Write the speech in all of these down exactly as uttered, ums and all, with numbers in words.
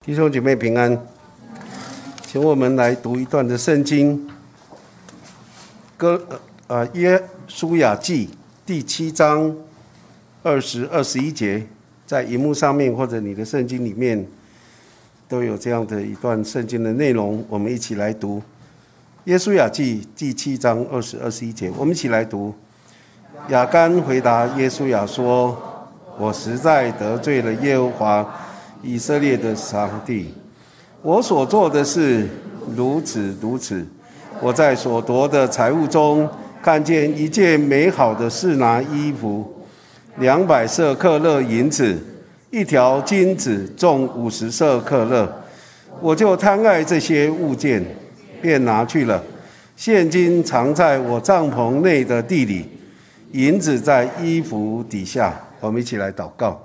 弟兄姐妹平安，请我们来读一段的圣经，歌呃约书亚记第七章二十二十一节，在荧幕上面或者你的圣经里面都有这样的一段圣经的内容，我们一起来读约书亚记第七章二十二十一节，我们一起来读。亚干回答约书亚说：我实在得罪了耶和华以色列的上帝，我所做的事如此如此。我在所夺的财物中看见一件美好的示拿衣服，两百舍客勒银子，一条金子重五十舍客勒，我就贪爱这些物件，便拿去了。现今藏在我帐篷内的地里，银子在衣服底下。我们一起来祷告。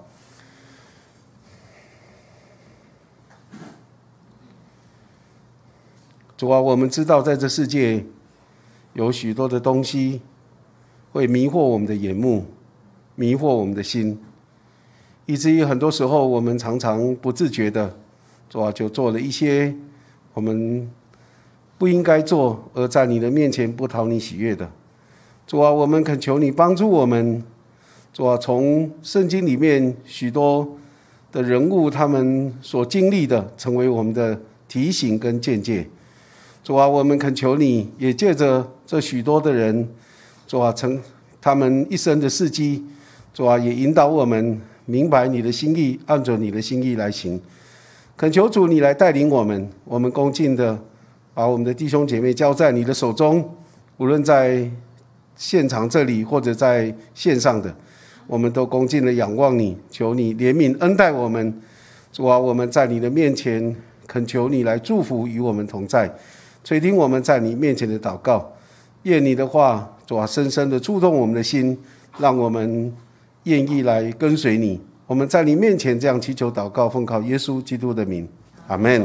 主啊，我们知道在这世界有许多的东西会迷惑我们的眼目，迷惑我们的心，以至于很多时候我们常常不自觉的，主啊，就做了一些我们不应该做，而在你的面前不讨你喜悦的。主啊，我们恳求你帮助我们，主啊，从圣经里面许多的人物他们所经历的，成为我们的提醒跟见解。主啊，我们恳求你也借着这许多的人，主啊，成他们一生的事迹，主啊，也引导我们明白你的心意，按着你的心意来行。恳求主你来带领我们，我们恭敬的把我们的弟兄姐妹交在你的手中，无论在现场这里或者在线上的，我们都恭敬的仰望你，求你怜悯恩待我们。主啊，我们在你的面前恳求你来祝福与我们同在，垂听我们在你面前的祷告，愿你的话，主啊，深深的触动我们的心，让我们愿意来跟随你。我们在你面前这样祈求祷告，奉靠耶稣基督的名，阿们。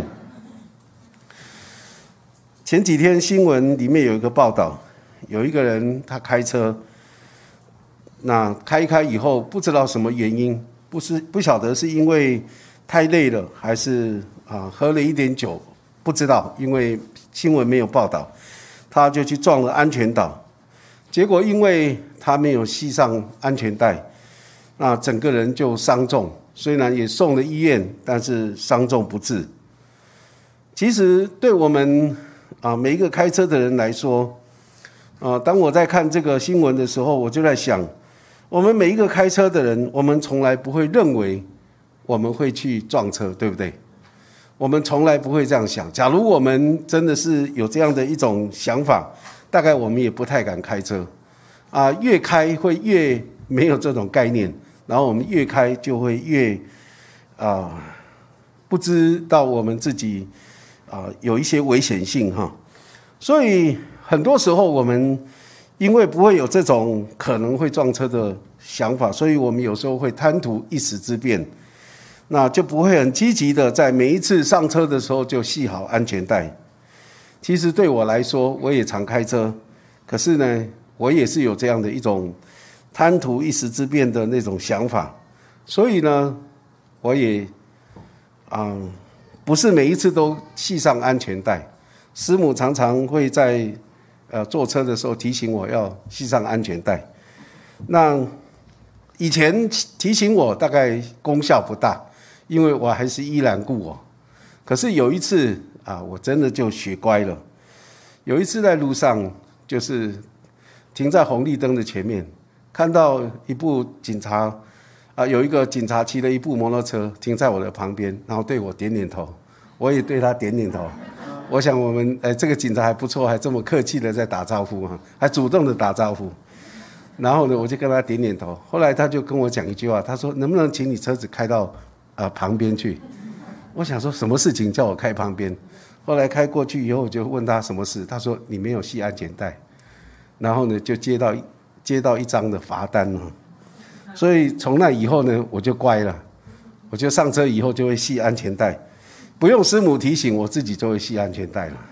前几天新闻里面有一个报道，有一个人他开车，那开一开以后不知道什么原因，不是不晓得是因为太累了，还是啊喝了一点酒，不知道，因为新闻没有报道，他就去撞了安全岛，结果因为他没有系上安全带，那整个人就伤重，虽然也送了医院，但是伤重不治。其实对我们啊每一个开车的人来说，啊当我在看这个新闻的时候，我就在想，我们每一个开车的人，我们从来不会认为我们会去撞车，对不对？我们从来不会这样想。假如我们真的是有这样的一种想法，大概我们也不太敢开车啊。越开会越没有这种概念，然后我们越开就会越啊不知道我们自己啊有一些危险性哈。所以很多时候我们因为不会有这种可能会撞车的想法，所以我们有时候会贪图一时之便，那就不会很积极的在每一次上车的时候就系好安全带。其实对我来说，我也常开车，可是呢，我也是有这样的一种贪图一时之便的那种想法，所以呢，我也啊、嗯、不是每一次都系上安全带。师母常常会在呃坐车的时候提醒我要系上安全带。那以前提醒我大概功效不大，因为我还是依然故我。可是有一次啊，我真的就学乖了。有一次在路上，就是停在红绿灯的前面，看到一部警察啊，有一个警察骑了一部摩托车停在我的旁边，然后对我点点头，我也对他点点头。我想我们哎，这个警察还不错，还这么客气的在打招呼啊，还主动的打招呼。然后呢，我就跟他点点头。后来他就跟我讲一句话，他说：“能不能请你车子开到呃旁边去？”我想说什么事情叫我开旁边？后来开过去以后，我就问他什么事，他说：“你没有系安全带。”然后呢，就接到接到一张的罚单了。所以从那以后呢，我就乖了，我就上车以后就会系安全带，不用师母提醒，我自己就会系安全带了。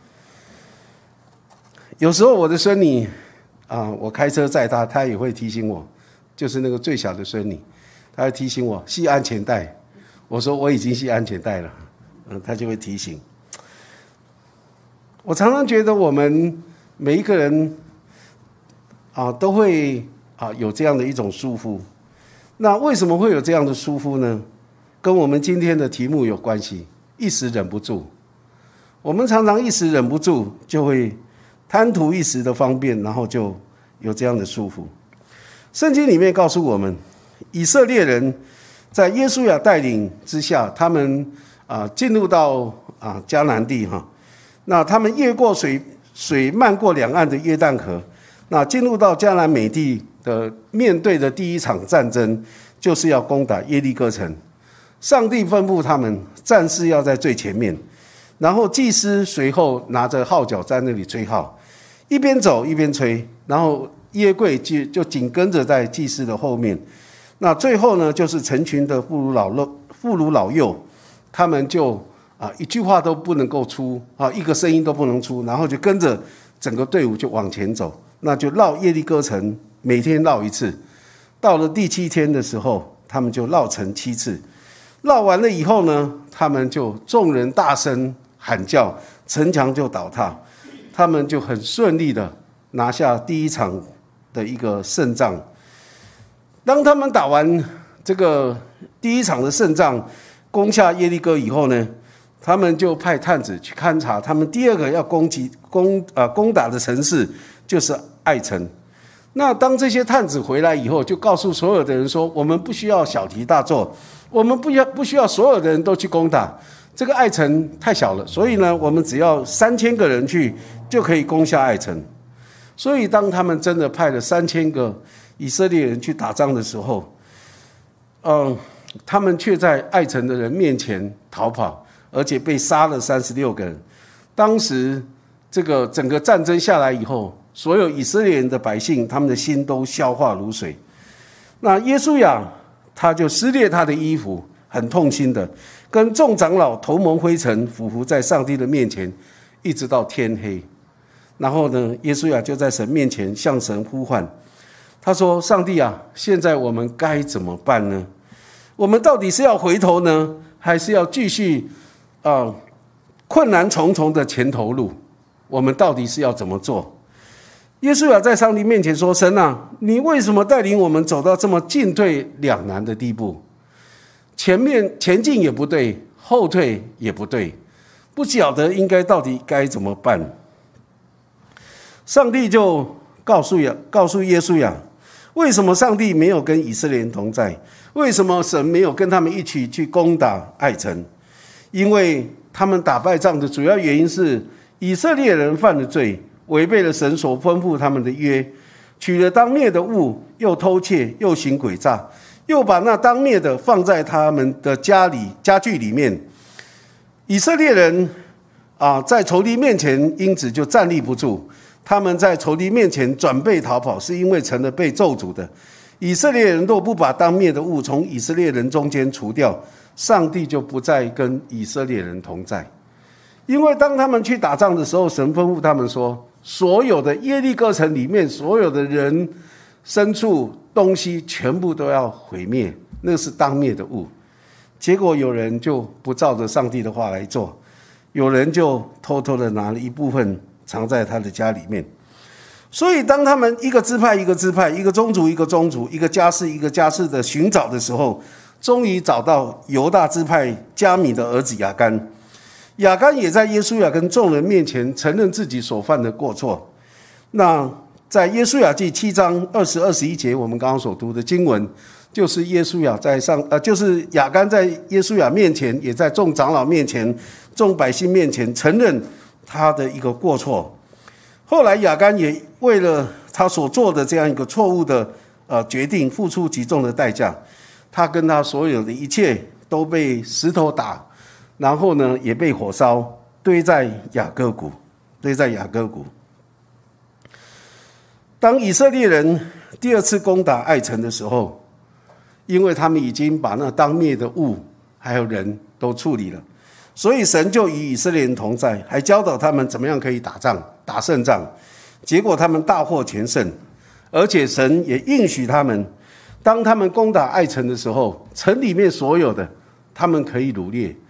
有时候我的孙女啊，我开车载她，她也会提醒我，就是那个最小的孙女，她会提醒我系安全带。我说我已经系安全带了， 嗯，他就会提醒。我常常觉得我们每一个人啊，都会啊有这样的一种疏忽。那为什么会有这样的疏忽呢？跟我们今天的题目有关系，一时忍不住。我们常常一时忍不住，就会贪图一时的方便，然后就有这样的疏忽。圣经里面告诉我们，以色列人在约书亚带领之下，他们啊进入到啊迦南地哈，那他们越过水水漫过两岸的约旦河，那进入到迦南美地的面对的第一场战争，就是要攻打耶利哥城。上帝吩咐他们，战士要在最前面，然后祭司随后拿着号角在那里吹号，一边走一边吹，然后约柜就就紧跟着在祭司的后面。那最后呢，就是成群的妇孺老幼，妇孺老幼，他们就啊一句话都不能够出啊，一个声音都不能出，然后就跟着整个队伍就往前走，那就绕耶利哥城，每天绕一次。到了第七天的时候，他们就绕城七次。绕完了以后呢，他们就众人大声喊叫，城墙就倒塌，他们就很顺利的拿下第一场的一个胜仗。当他们打完这个第一场的胜仗，攻下耶利哥以后呢，他们就派探子去勘察他们第二个要攻击攻呃攻打的城市，就是艾城。那当这些探子回来以后，就告诉所有的人说，我们不需要小题大做，我们不要不需要所有的人都去攻打这个艾城，太小了，所以呢，我们只要三千个人去就可以攻下艾城。所以当他们真的派了三千个以色列人去打仗的时候，嗯，他们却在艾城的人面前逃跑，而且被杀了三十六个人。当时这个整个战争下来以后，所有以色列人的百姓，他们的心都消化如水。那约书亚他就撕裂他的衣服，很痛心的跟众长老头蒙灰尘，俯伏在上帝的面前，一直到天黑。然后呢，约书亚就在神面前向神呼唤，他说：上帝啊，现在我们该怎么办呢？我们到底是要回头呢，还是要继续呃困难重重的前头路？我们到底是要怎么做？约书亚在上帝面前说：神啊，你为什么带领我们走到这么进退两难的地步？前面前进也不对，后退也不对，不晓得应该到底该怎么办。上帝就告诉亚告诉约书亚，为什么上帝没有跟以色列人同在？为什么神没有跟他们一起去攻打艾城？因为他们打败仗的主要原因是以色列人犯了罪，违背了神所吩咐他们的约，取了当灭的物，又偷窃，又行诡诈，又把那当灭的放在他们的家里家具里面。以色列人啊，在仇敌面前因此就站立不住，他们在仇敌面前转背逃跑，是因为成了被咒诅的。以色列人若不把当灭的物从以色列人中间除掉，上帝就不再跟以色列人同在。因为当他们去打仗的时候，神吩咐他们说，所有的耶利哥城里面所有的人牲畜东西全部都要毁灭，那是当灭的物。结果有人就不照着上帝的话来做，有人就偷偷的拿了一部分藏在他的家里面。所以当他们一个支派一个支派，一个宗族一个宗族，一个家室一个家室的寻找的时候，终于找到犹大支派迦米的儿子亚干。亚干也在约书亚跟众人面前承认自己所犯的过错。那在约书亚记七章二十二十一节，我们刚刚所读的经文，就是约书亚在上呃，就是亚干在约书亚面前，也在众长老面前、众百姓面前承认他的一个过错。后来亚干也为了他所做的这样一个错误的呃决定，付出极重的代价。他跟他所有的一切都被石头打，然后呢也被火烧，堆在雅各谷，堆在雅各谷。当以色列人第二次攻打艾城的时候，因为他们已经把那当灭的物还有人都处理了，所以神就与以色列人同在，还教导他们怎么样可以打仗打胜仗。结果他们大获全胜，而且神也应许他们，当他们攻打艾城的时候，城里面所有的他们可以掳掠，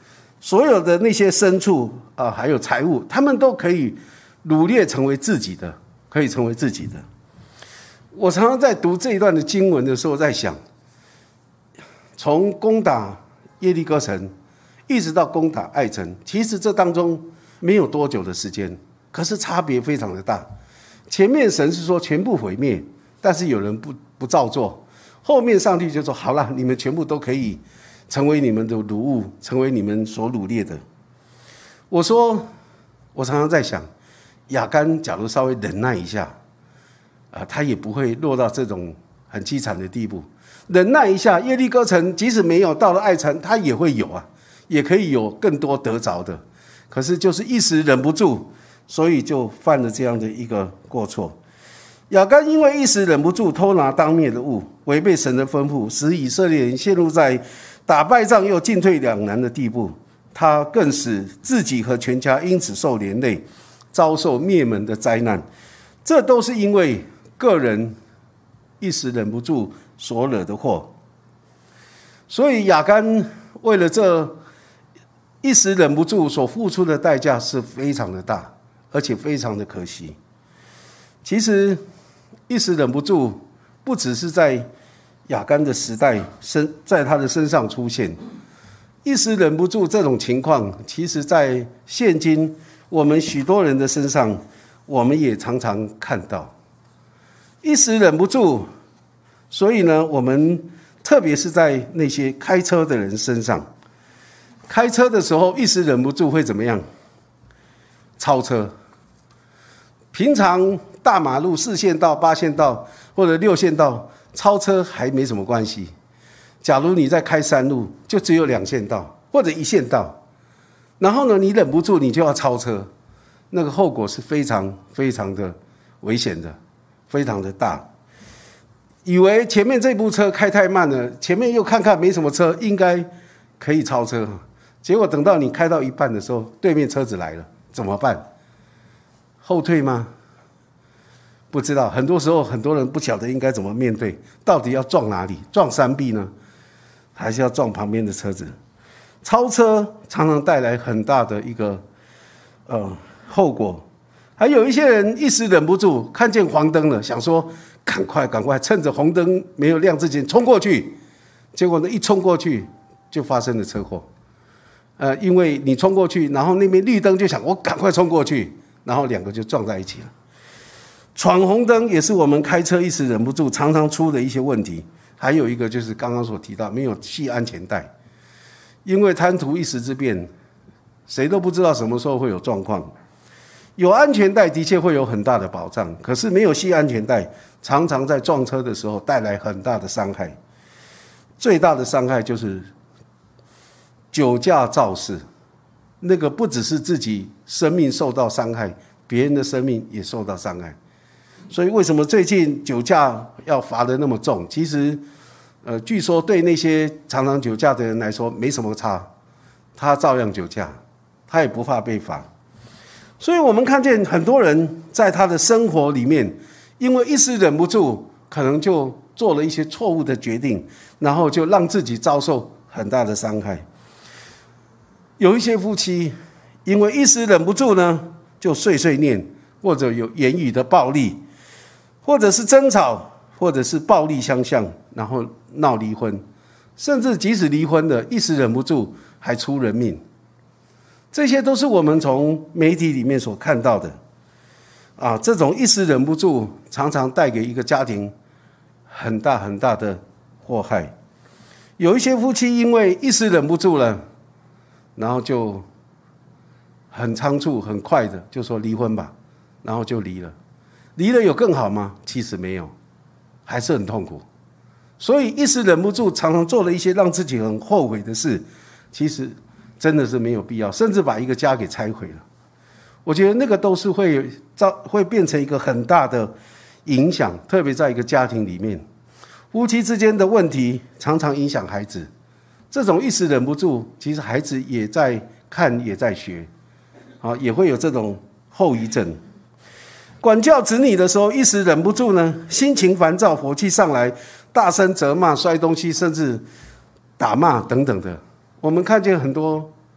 所有的那些牲畜啊，还有财物，他们都可以掳掠成为自己的，可以成为自己的。我常常在读这一段的经文的时候，在想，从攻打耶利哥城一直到攻打爱城，其实这当中没有多久的时间，可是差别非常的大。前面神是说全部毁灭，但是有人不不照做，后面上帝就说好了，你们全部都可以成为你们的掳物，成为你们所掳掠的。我说，我常常在想，亚干假如稍微忍耐一下，啊，他也不会落到这种很凄惨的地步。忍耐一下，耶利哥城即使没有到了爱城，他也会有啊，也可以有更多得着的。可是就是一时忍不住，所以就犯了这样的一个过错。亚干因为一时忍不住偷拿当灭的物，违背神的吩咐，使以色列人陷入在打败仗又进退两难的地步。他更使自己和全家因此受连累，遭受灭门的灾难。这都是因为个人一时忍不住所惹的祸。所以亚干为了这一时忍不住所付出的代价是非常的大，而且非常的可惜。其实一时忍不住不只是在亚干的时代身在他的身上出现，一时忍不住这种情况，其实在现今我们许多人的身上，我们也常常看到。一时忍不住，所以呢，我们特别是在那些开车的人身上，开车的时候一时忍不住会怎么样？超车。平常大马路四线道、八线道或者六线道，超车还没什么关系。假如你在开山路，就只有两线道或者一线道，然后呢，你忍不住你就要超车，那个后果是非常非常的危险的，非常的大。以为前面这部车开太慢了，前面又看看没什么车，应该可以超车，结果等到你开到一半的时候，对面车子来了，怎么办？后退吗？不知道，很多时候很多人不晓得应该怎么面对，到底要撞哪里？撞山壁呢，还是要撞旁边的车子？超车常常带来很大的一个呃后果。还有一些人一时忍不住，看见黄灯了，想说赶快赶快，趁着红灯没有亮之前冲过去，结果呢一冲过去就发生了车祸。呃，因为你冲过去，然后那边绿灯就想我赶快冲过去，然后两个就撞在一起了。闯红灯也是我们开车一时忍不住常常出的一些问题。还有一个就是刚刚所提到没有系安全带，因为贪图一时之便，谁都不知道什么时候会有状况。有安全带的确会有很大的保障，可是没有系安全带，常常在撞车的时候带来很大的伤害。最大的伤害就是酒驾肇事，那个不只是自己生命受到伤害，别人的生命也受到伤害。所以为什么最近酒驾要罚得那么重？其实呃，据说对那些常常酒驾的人来说没什么差，他照样酒驾，他也不怕被罚。所以我们看见很多人在他的生活里面，因为一时忍不住，可能就做了一些错误的决定，然后就让自己遭受很大的伤害。有一些夫妻因为一时忍不住呢，就碎碎念，或者有言语的暴力，或者是争吵，或者是暴力相向，然后闹离婚，甚至即使离婚了，一时忍不住还出人命。这些都是我们从媒体里面所看到的啊，这种一时忍不住常常带给一个家庭很大很大的祸害。有一些夫妻因为一时忍不住了，然后就很仓促很快的就说离婚吧，然后就离了。离了有更好吗？其实没有，还是很痛苦。所以一时忍不住常常做了一些让自己很后悔的事，其实真的是没有必要，甚至把一个家给拆毁了。我觉得那个都是会造会变成一个很大的影响，特别在一个家庭里面，夫妻之间的问题常常影响孩子。这种一时忍不住，其实孩子也在看也在学，啊，也会有这种后遗症。管教子女的时候，一时忍不住呢，心情烦躁，火气上来，大声责骂、摔东西，甚至打骂等等的。我们看见很多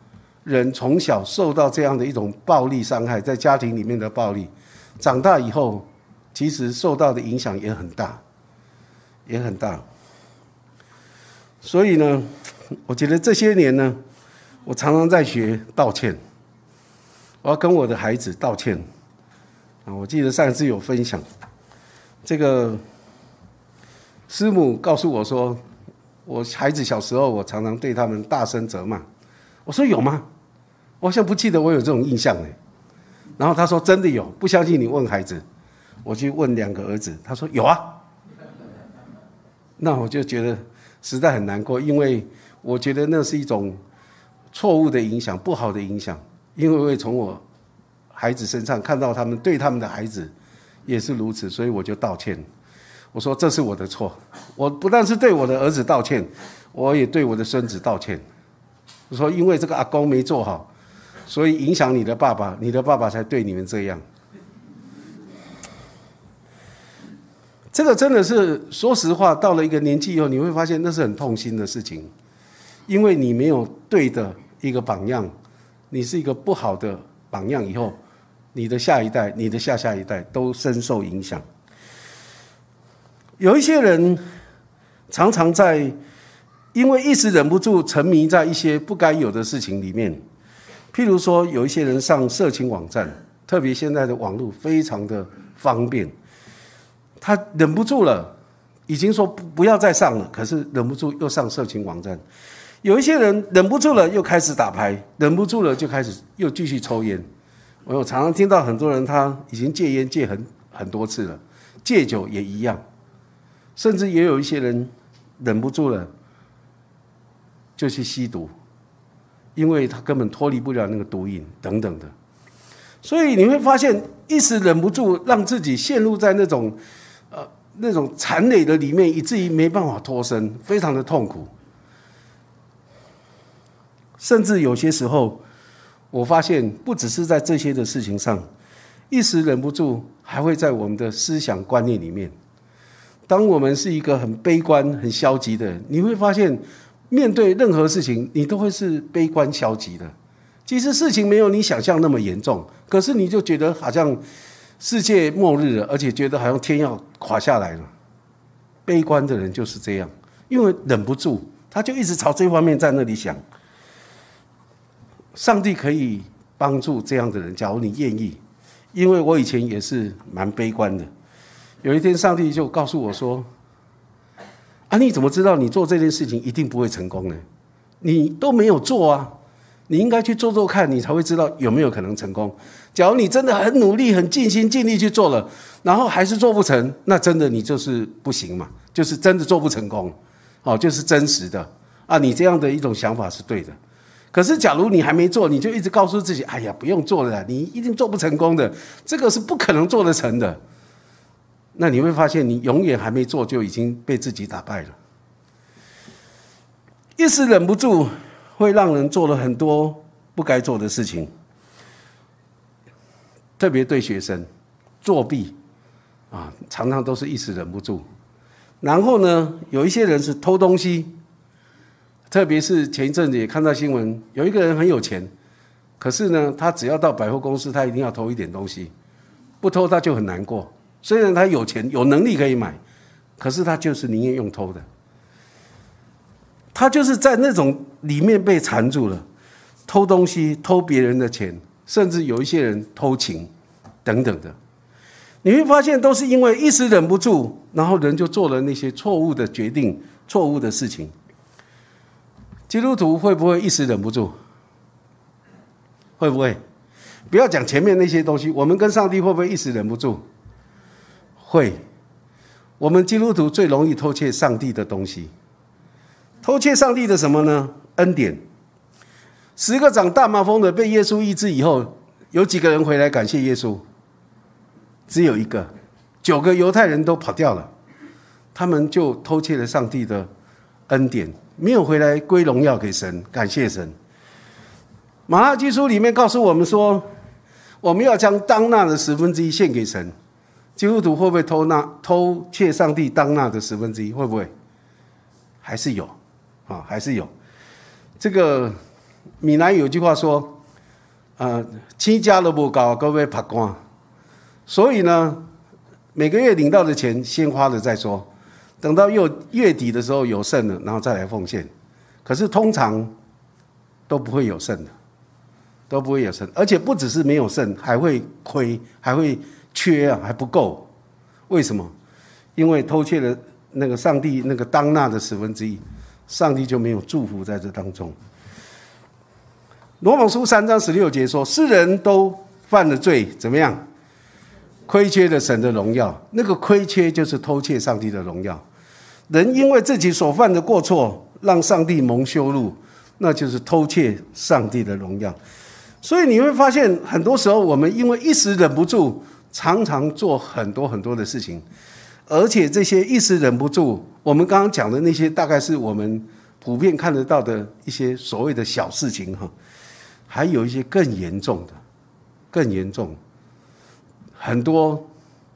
人从小受到这样的一种暴力伤害，在家庭里面的暴力，长大以后其实受到的影响也很大，也很大。所以呢，我觉得这些年呢，我常常在学道歉，我要跟我的孩子道歉啊！我记得上一次有分享，这个师母告诉我说，我孩子小时候我常常对他们大声责骂。我说有吗？我好像不记得我有这种印象呢。然后他说真的有，不相信你问孩子。我去问两个儿子，他说有啊。那我就觉得实在很难过，因为我觉得那是一种错误的影响，不好的影响，因为会从我孩子身上看到他们对他们的孩子也是如此，所以我就道歉。我说这是我的错，我不但是对我的儿子道歉，我也对我的孙子道歉。我说因为这个阿公没做好，所以影响你的爸爸，你的爸爸才对你们这样。这个真的是说实话，到了一个年纪以后，你会发现那是很痛心的事情，因为你没有对的一个榜样，你是一个不好的榜样，以后你的下一代、你的下下一代都深受影响。有一些人常常在因为一时忍不住沉迷在一些不该有的事情里面，譬如说有一些人上色情网站，特别现在的网络非常的方便，他忍不住了，已经说不要再上了，可是忍不住又上色情网站。有一些人忍不住了又开始打牌，忍不住了就开始又继续抽烟。我有常常听到很多人他已经戒烟戒很很多次了，戒酒也一样，甚至也有一些人忍不住了就去吸毒，因为他根本脱离不了那个毒瘾等等的。所以你会发现一时忍不住让自己陷入在那种呃那种残累的里面，以至于没办法脱身，非常的痛苦。甚至有些时候我发现不只是在这些的事情上，一时忍不住还会在我们的思想观念里面。当我们是一个很悲观很消极的人，你会发现面对任何事情你都会是悲观消极的。其实事情没有你想象那么严重，可是你就觉得好像世界末日了，而且觉得好像天要垮下来了。悲观的人就是这样，因为忍不住他就一直朝这方面在那里想。上帝可以帮助这样的人，假如你愿意。因为我以前也是蛮悲观的，有一天上帝就告诉我说，啊，你怎么知道你做这件事情一定不会成功呢？你都没有做啊，你应该去做做看，你才会知道有没有可能成功。假如你真的很努力很尽心尽力去做了，然后还是做不成，那真的你就是不行嘛，就是真的做不成功，哦，就是真实的啊，你这样的一种想法是对的。可是假如你还没做，你就一直告诉自己，哎呀，不用做了啦，你一定做不成功的，这个是不可能做得成的。那你会发现你永远还没做就已经被自己打败了。一时忍不住会让人做了很多不该做的事情，特别对学生作弊啊，常常都是一时忍不住。然后呢，有一些人是偷东西，特别是前一阵子也看到新闻，有一个人很有钱，可是呢，他只要到百货公司，他一定要偷一点东西，不偷他就很难过。虽然他有钱有能力可以买，可是他就是宁愿用偷的。他就是在那种里面被缠住了，偷东西，偷别人的钱，甚至有一些人偷情等等的。你会发现都是因为一时忍不住，然后人就做了那些错误的决定，错误的事情。基督徒会不会一时忍不住？会不会？不要讲前面那些东西，我们跟上帝会不会一时忍不住？会。我们基督徒最容易偷窃上帝的东西。偷窃上帝的什么呢？恩典。十个长大麻风的被耶稣医治以后，有几个人回来感谢耶稣？只有一个。九个犹太人都跑掉了，他们就偷窃了上帝的恩典，没有回来归荣耀给神，感谢神。马拉基书里面告诉我们说，我们要将当纳的十分之一献给神。基督徒会不会偷纳偷窃上帝当纳的十分之一？会不会？还是有啊，还是有。这个闽南有句话说，呃，亲家都不高，各位怕光。所以呢，每个月领到的钱先花了再说，等到月月底的时候有剩了，然后再来奉献。可是通常都不会有剩的，都不会有剩，而且不只是没有剩，还会亏，还会缺啊，还不够。为什么？因为偷窃了那个上帝那个当纳的十分之一，上帝就没有祝福在这当中。罗马书三章十六节说，世人都犯了罪，怎么样？亏缺了神的荣耀。那个亏缺就是偷窃上帝的荣耀。人因为自己所犯的过错，让上帝蒙羞辱，那就是偷窃上帝的荣耀。所以你会发现，很多时候我们因为一时忍不住，常常做很多很多的事情。而且这些一时忍不住，我们刚刚讲的那些，大概是我们普遍看得到的一些所谓的小事情哈，还有一些更严重的，更严重，很多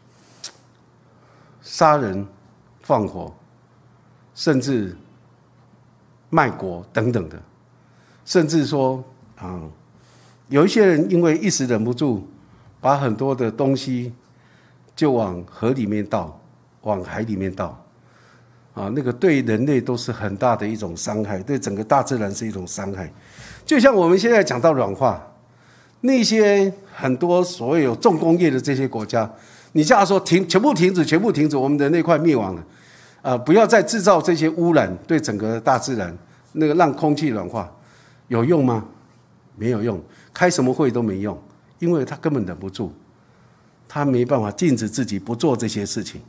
杀人、放火，甚至卖国等等的，甚至说啊，有一些人因为一时忍不住，把很多的东西就往河里面倒。往海里面倒，啊，那个对人类都是很大的一种伤害，对整个大自然是一种伤害。就像我们现在讲到软化，那些很多所谓有重工业的这些国家，你叫他说停，全部停止，全部停止，我们的那块灭亡了，啊，不要再制造这些污染，对整个大自然那个让空气软化，有用吗？没有用，开什么会都没用，因为他根本忍不住，他没办法禁止自己不做这些事情。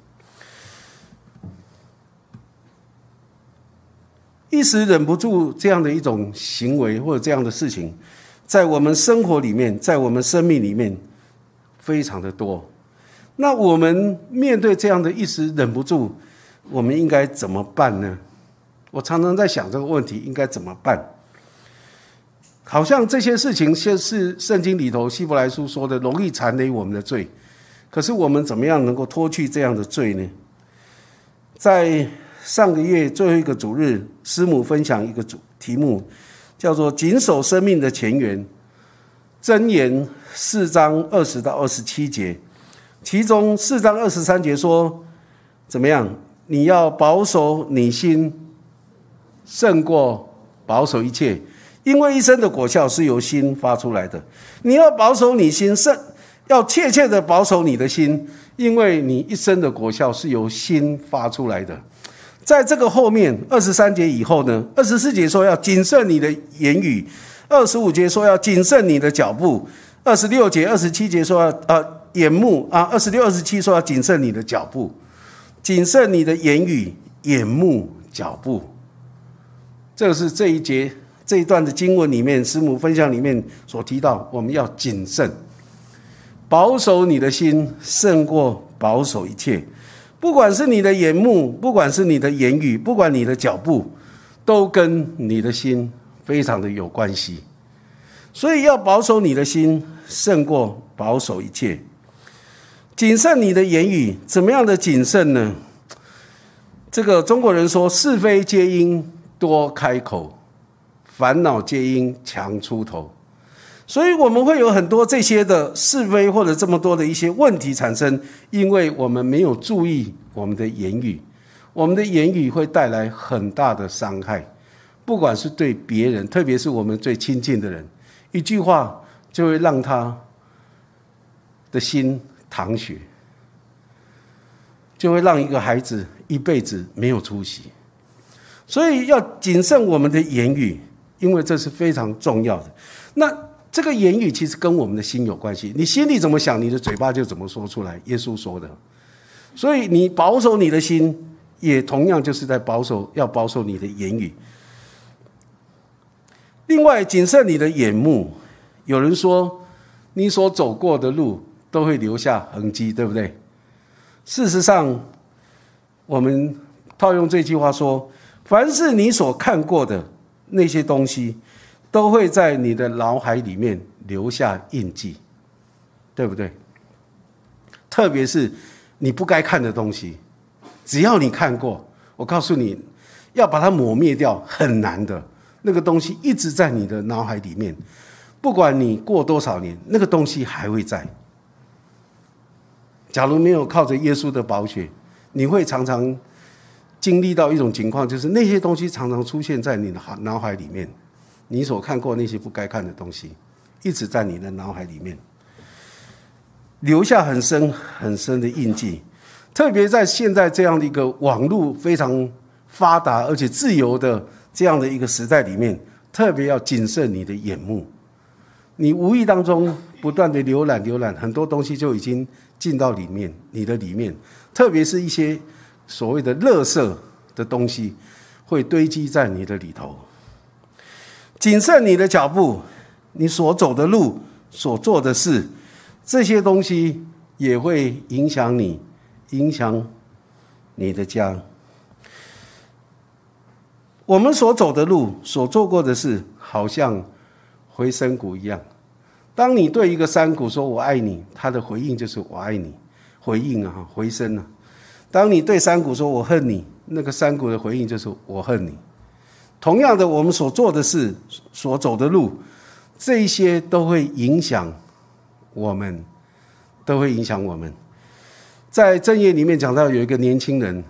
一时忍不住这样的一种行为或者这样的事情，在我们生活里面，在我们生命里面非常的多。那我们面对这样的一时忍不住，我们应该怎么办呢？我常常在想这个问题，应该怎么办？好像这些事情是圣经里头希伯来书说的，容易缠累我们的罪。可是我们怎么样能够脱去这样的罪呢？在上个月最后一个主日，师母分享一个主题目，叫做谨守生命的前缘。箴言四章二十到二十七节，其中四章二十三节说，怎么样？你要保守你心，胜过保守一切，因为一生的果效是由心发出来的。你要保守你心，胜要切切的保守你的心，因为你一生的果效是由心发出来的。在这个后面二十三节以后呢，二十四节说要谨慎你的言语，二十五节说要谨慎你的脚步，二十六节、二十七节说要呃眼目啊，二十六、二十七说要谨慎你的脚步，谨慎你的言语、眼目、脚步。这是这一节这一段的经文里面，师母分享里面所提到，我们要谨慎，保守你的心，胜过保守一切。不管是你的眼目，不管是你的言语，不管你的脚步，都跟你的心非常的有关系。所以要保守你的心，胜过保守一切。谨慎你的言语，怎么样的谨慎呢？这个中国人说，是非皆因多开口，烦恼皆因强出头。所以我们会有很多这些的是非，或者这么多的一些问题产生，因为我们没有注意我们的言语，我们的言语会带来很大的伤害，不管是对别人，特别是我们最亲近的人，一句话就会让他的心淌血，就会让一个孩子一辈子没有出息。所以要谨慎我们的言语，因为这是非常重要的。那这个言语其实跟我们的心有关系，你心里怎么想，你的嘴巴就怎么说出来，耶稣说的。所以你保守你的心，也同样就是在保守，要保守你的言语。另外，谨慎你的眼目。有人说，你所走过的路都会留下痕迹，对不对？事实上，我们套用这句话说，凡是你所看过的那些东西，都会在你的脑海里面留下印记，对不对？特别是你不该看的东西，只要你看过，我告诉你，要把它抹灭掉很难的， 那个东西一直在你的脑海里面，不管你过多少年，那个东西还会在。假如没有靠着耶稣的宝血，你会常常经历到一种情况，就是那些东西常常出现在你的脑海里面，你所看过那些不该看的东西，一直在你的脑海里面留下很深很深的印记。特别在现在这样的一个网络非常发达而且自由的这样的一个时代里面，特别要谨慎你的眼目。你无意当中不断的浏览浏览，很多东西就已经进到里面，你的里面，特别是一些所谓的垃圾的东西会堆积在你的里头。谨慎你的脚步，你所走的路，所做的事，这些东西也会影响你，影响你的家。我们所走的路，所做过的事，好像回声谷一样。当你对一个山谷说我爱你，它的回应就是我爱你，回应啊，回声啊。当你对山谷说我恨你，那个山谷的回应就是我恨你。同样的，我们所做的事，所走的路，这一些都会影响我们，都会影响我们。在箴言里面讲到有一个年轻人，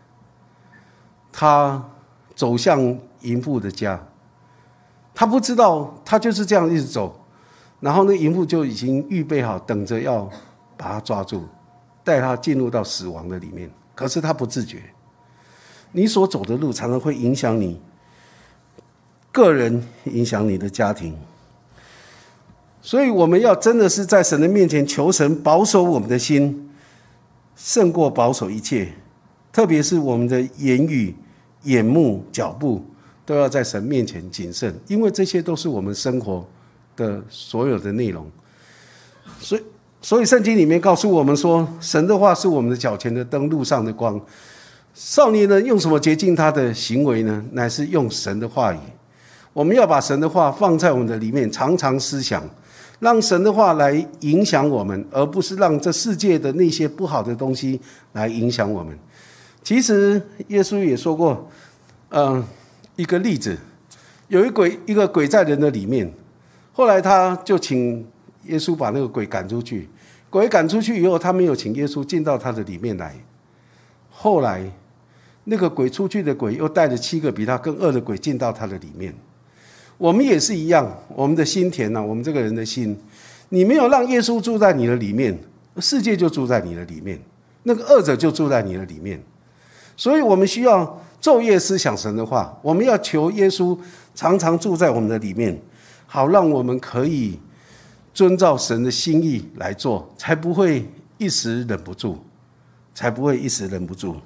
他走向淫妇的家，他不知道，他就是这样一直走，然后那淫妇就已经预备好，等着要把他抓住，带他进入到死亡的里面。可是他不自觉。你所走的路常常会影响你个人，影响你的家庭。所以我们要真的是在神的面前求神保守我们的心，胜过保守一切。特别是我们的言语、眼目、脚步，都要在神面前谨慎，因为这些都是我们生活的所有的内容。所以所以圣经里面告诉我们说，神的话是我们的脚前的灯，路上的光。少年人用什么洁净他的行为呢？乃是用神的话语。我们要把神的话放在我们的里面，常常思想，让神的话来影响我们，而不是让这世界的那些不好的东西来影响我们。其实耶稣也说过呃，一个例子，有一鬼一个鬼在人的里面，后来他就请耶稣把那个鬼赶出去。鬼赶出去以后，他没有请耶稣进到他的里面来。后来那个鬼出去的鬼又带着七个比他更恶的鬼进到他的里面。我们也是一样，我们的心田啊，我们这个人的心，你没有让耶稣住在你的里面，世界就住在你的里面，那个恶者就住在你的里面。所以我们需要昼夜思想神的话，我们要求耶稣常常住在我们的里面，好让我们可以遵照神的心意来做，才不会一时忍不住，才不会一时忍不住。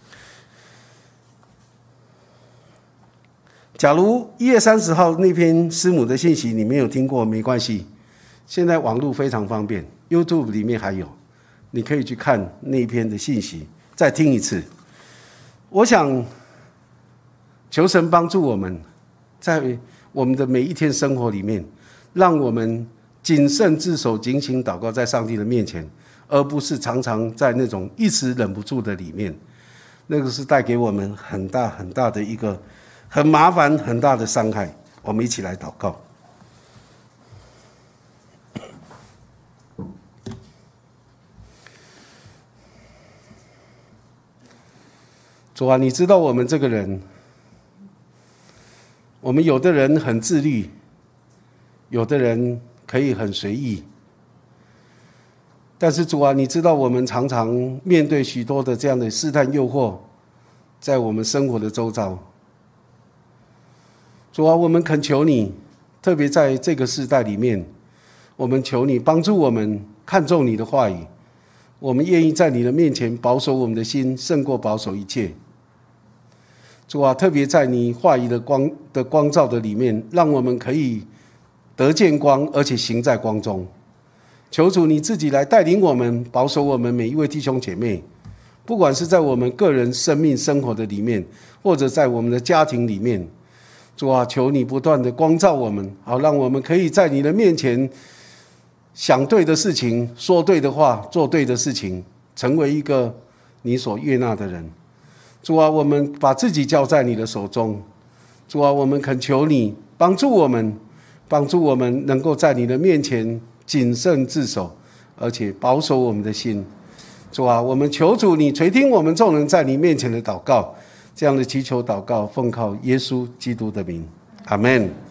假如一月三十号那篇师母的信息你没有听过，没关系，现在网络非常方便， YouTube 里面还有，你可以去看那篇的信息，再听一次。我想求神帮助我们，在我们的每一天生活里面，让我们谨慎自守，警醒祷告在上帝的面前，而不是常常在那种一时忍不住的里面，那个是带给我们很大很大的一个很麻烦很大的伤害。我们一起来祷告。主啊，你知道我们这个人，我们有的人很自律，有的人可以很随意，但是主啊，你知道我们常常面对许多的这样的试探诱惑，在我们生活的周遭。主啊，我们恳求你，特别在这个世代里面，我们求你帮助我们看重你的话语，我们愿意在你的面前保守我们的心，胜过保守一切。主啊，特别在你话语的光的光照的里面，让我们可以得见光，而且行在光中。求主你自己来带领我们，保守我们每一位弟兄姐妹，不管是在我们个人生命生活的里面，或者在我们的家庭里面。主啊，求你不断的光照我们，好让我们可以在你的面前想对的事情，说对的话，做对的事情，成为一个你所悦纳的人。主啊，我们把自己交在你的手中， 主啊，我们恳求你帮助我们，帮助我们能够在你的面前谨慎自守，而且保守我们的心。主啊，我们求主你垂听我们众人在你面前的祷告，这样的祈求祷告奉靠耶稣基督的名，阿们。